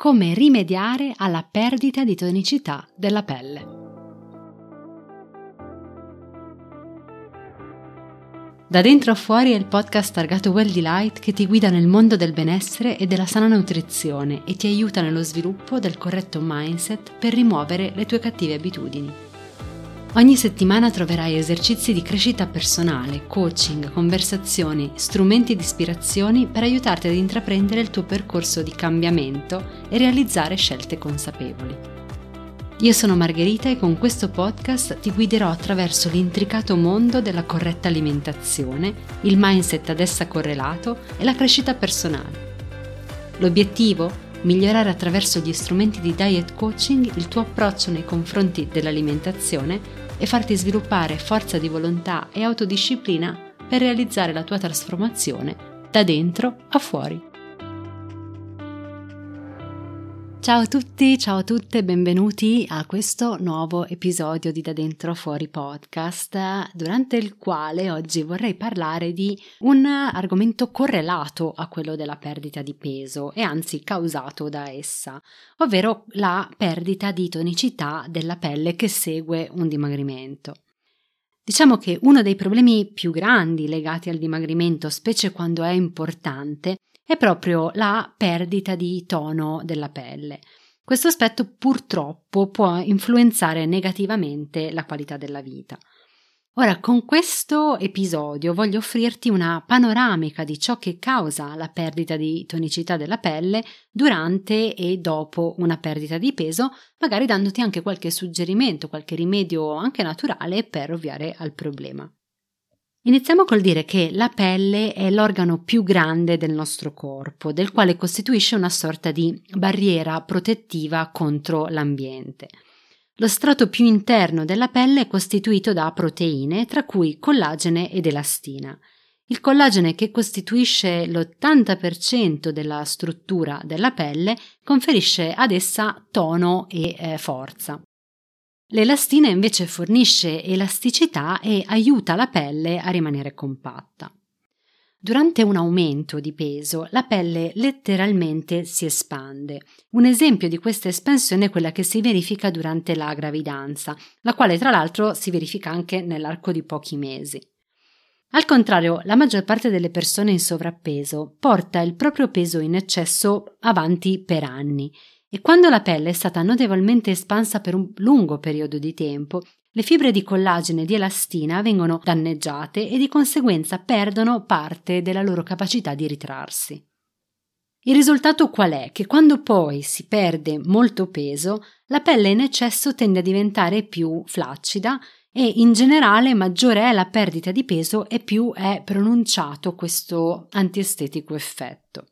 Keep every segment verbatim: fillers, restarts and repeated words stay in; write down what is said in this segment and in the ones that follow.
come rimediare alla perdita di tonicità della pelle. Da dentro a fuori è il podcast targato Well Delight che ti guida nel mondo del benessere e della sana nutrizione e ti aiuta nello sviluppo del corretto mindset per rimuovere le tue cattive abitudini. Ogni settimana troverai esercizi di crescita personale, coaching, conversazioni, strumenti di ispirazione per aiutarti ad intraprendere il tuo percorso di cambiamento e realizzare scelte consapevoli. Io sono Margherita e con questo podcast ti guiderò attraverso l'intricato mondo della corretta alimentazione, il mindset ad essa correlato e la crescita personale. L'obiettivo? Migliorare attraverso gli strumenti di diet coaching il tuo approccio nei confronti dell'alimentazione e farti sviluppare forza di volontà e autodisciplina per realizzare la tua trasformazione da dentro a fuori. Ciao a tutti, ciao a tutte, benvenuti a questo nuovo episodio di Da Dentro a Fuori podcast, durante il quale oggi vorrei parlare di un argomento correlato a quello della perdita di peso e anzi causato da essa, ovvero la perdita di tonicità della pelle che segue un dimagrimento. Diciamo che uno dei problemi più grandi legati al dimagrimento, specie quando è importante, è proprio la perdita di tono della pelle. Questo aspetto purtroppo può influenzare negativamente la qualità della vita. Ora, con questo episodio voglio offrirti una panoramica di ciò che causa la perdita di tonicità della pelle durante e dopo una perdita di peso, magari dandoti anche qualche suggerimento, qualche rimedio anche naturale per ovviare al problema. Iniziamo col dire che la pelle è l'organo più grande del nostro corpo, del quale costituisce una sorta di barriera protettiva contro l'ambiente. Lo strato più interno della pelle è costituito da proteine, tra cui collagene ed elastina. Il collagene, che costituisce l'ottanta per cento della struttura della pelle, conferisce ad essa tono e eh, forza. L'elastina invece fornisce elasticità e aiuta la pelle a rimanere compatta. Durante un aumento di peso, la pelle letteralmente si espande. Un esempio di questa espansione è quella che si verifica durante la gravidanza, la quale tra l'altro si verifica anche nell'arco di pochi mesi. Al contrario, la maggior parte delle persone in sovrappeso porta il proprio peso in eccesso avanti per anni. E quando la pelle è stata notevolmente espansa per un lungo periodo di tempo, le fibre di collagene e di elastina vengono danneggiate e di conseguenza perdono parte della loro capacità di ritrarsi. Il risultato qual è? Che quando poi si perde molto peso, la pelle in eccesso tende a diventare più flaccida e in generale maggiore è la perdita di peso e più è pronunciato questo antiestetico effetto.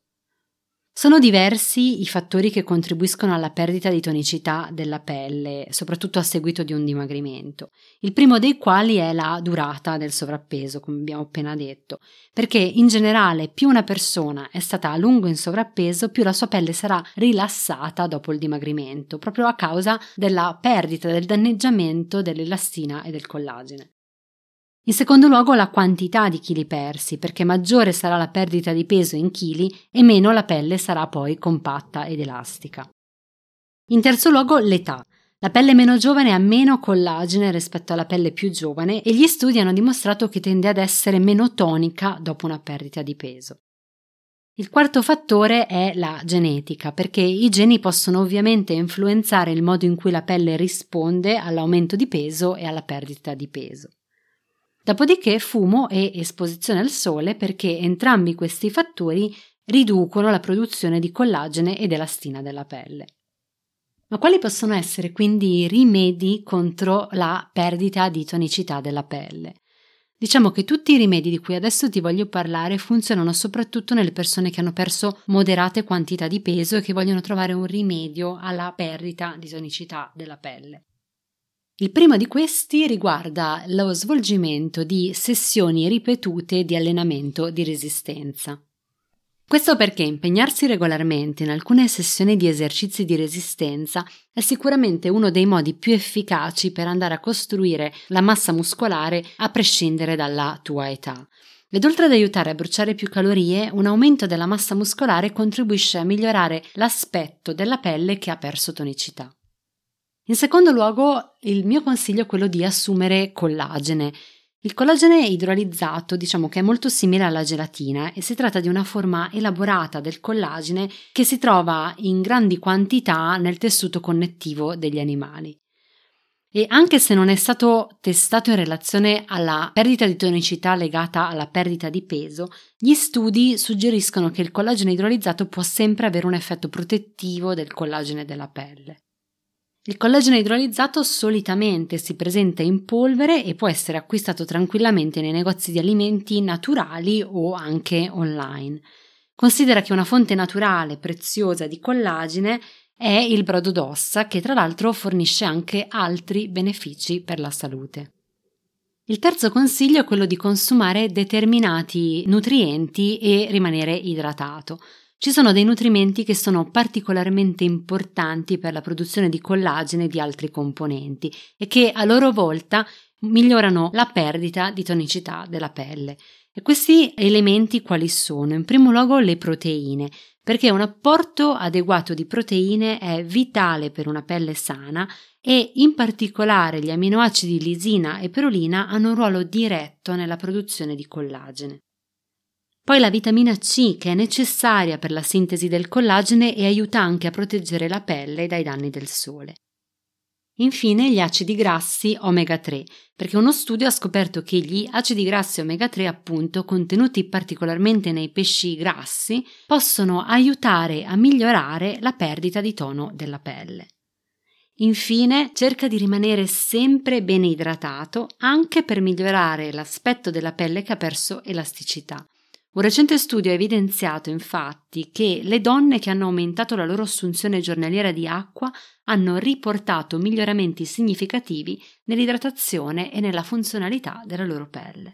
Sono diversi i fattori che contribuiscono alla perdita di tonicità della pelle, soprattutto a seguito di un dimagrimento. Il primo dei quali è la durata del sovrappeso, come abbiamo appena detto, perché in generale più una persona è stata a lungo in sovrappeso, più la sua pelle sarà rilassata dopo il dimagrimento, proprio a causa della perdita, del danneggiamento dell'elastina e del collagene. In secondo luogo la quantità di chili persi, perché maggiore sarà la perdita di peso in chili e meno la pelle sarà poi compatta ed elastica. In terzo luogo l'età. La pelle meno giovane ha meno collagene rispetto alla pelle più giovane e gli studi hanno dimostrato che tende ad essere meno tonica dopo una perdita di peso. Il quarto fattore è la genetica, perché i geni possono ovviamente influenzare il modo in cui la pelle risponde all'aumento di peso e alla perdita di peso. Dopodiché fumo e esposizione al sole, perché entrambi questi fattori riducono la produzione di collagene ed elastina della pelle. Ma quali possono essere quindi i rimedi contro la perdita di tonicità della pelle? Diciamo che tutti i rimedi di cui adesso ti voglio parlare funzionano soprattutto nelle persone che hanno perso moderate quantità di peso e che vogliono trovare un rimedio alla perdita di tonicità della pelle. Il primo di questi riguarda lo svolgimento di sessioni ripetute di allenamento di resistenza. Questo perché impegnarsi regolarmente in alcune sessioni di esercizi di resistenza è sicuramente uno dei modi più efficaci per andare a costruire la massa muscolare a prescindere dalla tua età. Ed oltre ad aiutare a bruciare più calorie, un aumento della massa muscolare contribuisce a migliorare l'aspetto della pelle che ha perso tonicità. In secondo luogo, il mio consiglio è quello di assumere collagene. Il collagene idrolizzato diciamo che è molto simile alla gelatina e si tratta di una forma elaborata del collagene che si trova in grandi quantità nel tessuto connettivo degli animali. E anche se non è stato testato in relazione alla perdita di tonicità legata alla perdita di peso, gli studi suggeriscono che il collagene idrolizzato può sempre avere un effetto protettivo del collagene della pelle. Il collagene idrolizzato solitamente si presenta in polvere e può essere acquistato tranquillamente nei negozi di alimenti naturali o anche online. Considera che una fonte naturale preziosa di collagene è il brodo d'ossa, che tra l'altro fornisce anche altri benefici per la salute. Il terzo consiglio è quello di consumare determinati nutrienti e rimanere idratato. Ci sono dei nutrimenti che sono particolarmente importanti per la produzione di collagene e di altri componenti e che a loro volta migliorano la perdita di tonicità della pelle. E questi elementi quali sono? In primo luogo le proteine, perché un apporto adeguato di proteine è vitale per una pelle sana e in particolare gli aminoacidi lisina e perulina hanno un ruolo diretto nella produzione di collagene. Poi la vitamina C, che è necessaria per la sintesi del collagene e aiuta anche a proteggere la pelle dai danni del sole. Infine gli acidi grassi omega tre, perché uno studio ha scoperto che gli acidi grassi omega tre, appunto, contenuti particolarmente nei pesci grassi, possono aiutare a migliorare la perdita di tono della pelle. Infine, cerca di rimanere sempre ben idratato anche per migliorare l'aspetto della pelle che ha perso elasticità. Un recente studio ha evidenziato infatti che le donne che hanno aumentato la loro assunzione giornaliera di acqua hanno riportato miglioramenti significativi nell'idratazione e nella funzionalità della loro pelle.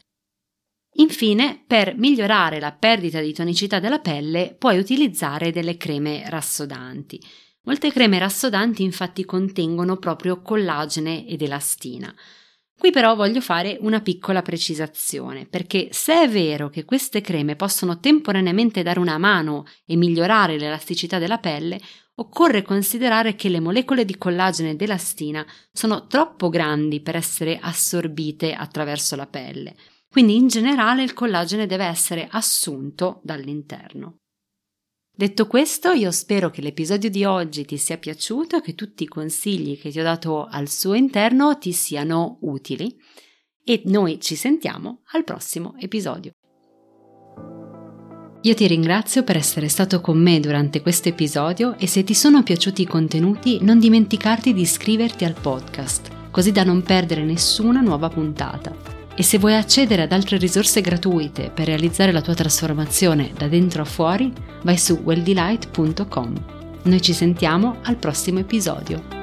Infine, per migliorare la perdita di tonicità della pelle, puoi utilizzare delle creme rassodanti. Molte creme rassodanti infatti contengono proprio collagene ed elastina. Qui però voglio fare una piccola precisazione, perché se è vero che queste creme possono temporaneamente dare una mano e migliorare l'elasticità della pelle, occorre considerare che le molecole di collagene ed elastina sono troppo grandi per essere assorbite attraverso la pelle, quindi in generale il collagene deve essere assunto dall'interno. Detto questo, io spero che l'episodio di oggi ti sia piaciuto e che tutti i consigli che ti ho dato al suo interno ti siano utili e noi ci sentiamo al prossimo episodio. Io ti ringrazio per essere stato con me durante questo episodio e se ti sono piaciuti i contenuti non dimenticarti di iscriverti al podcast, così da non perdere nessuna nuova puntata. E se vuoi accedere ad altre risorse gratuite per realizzare la tua trasformazione da dentro a fuori, vai su well delight punto com. Noi ci sentiamo al prossimo episodio.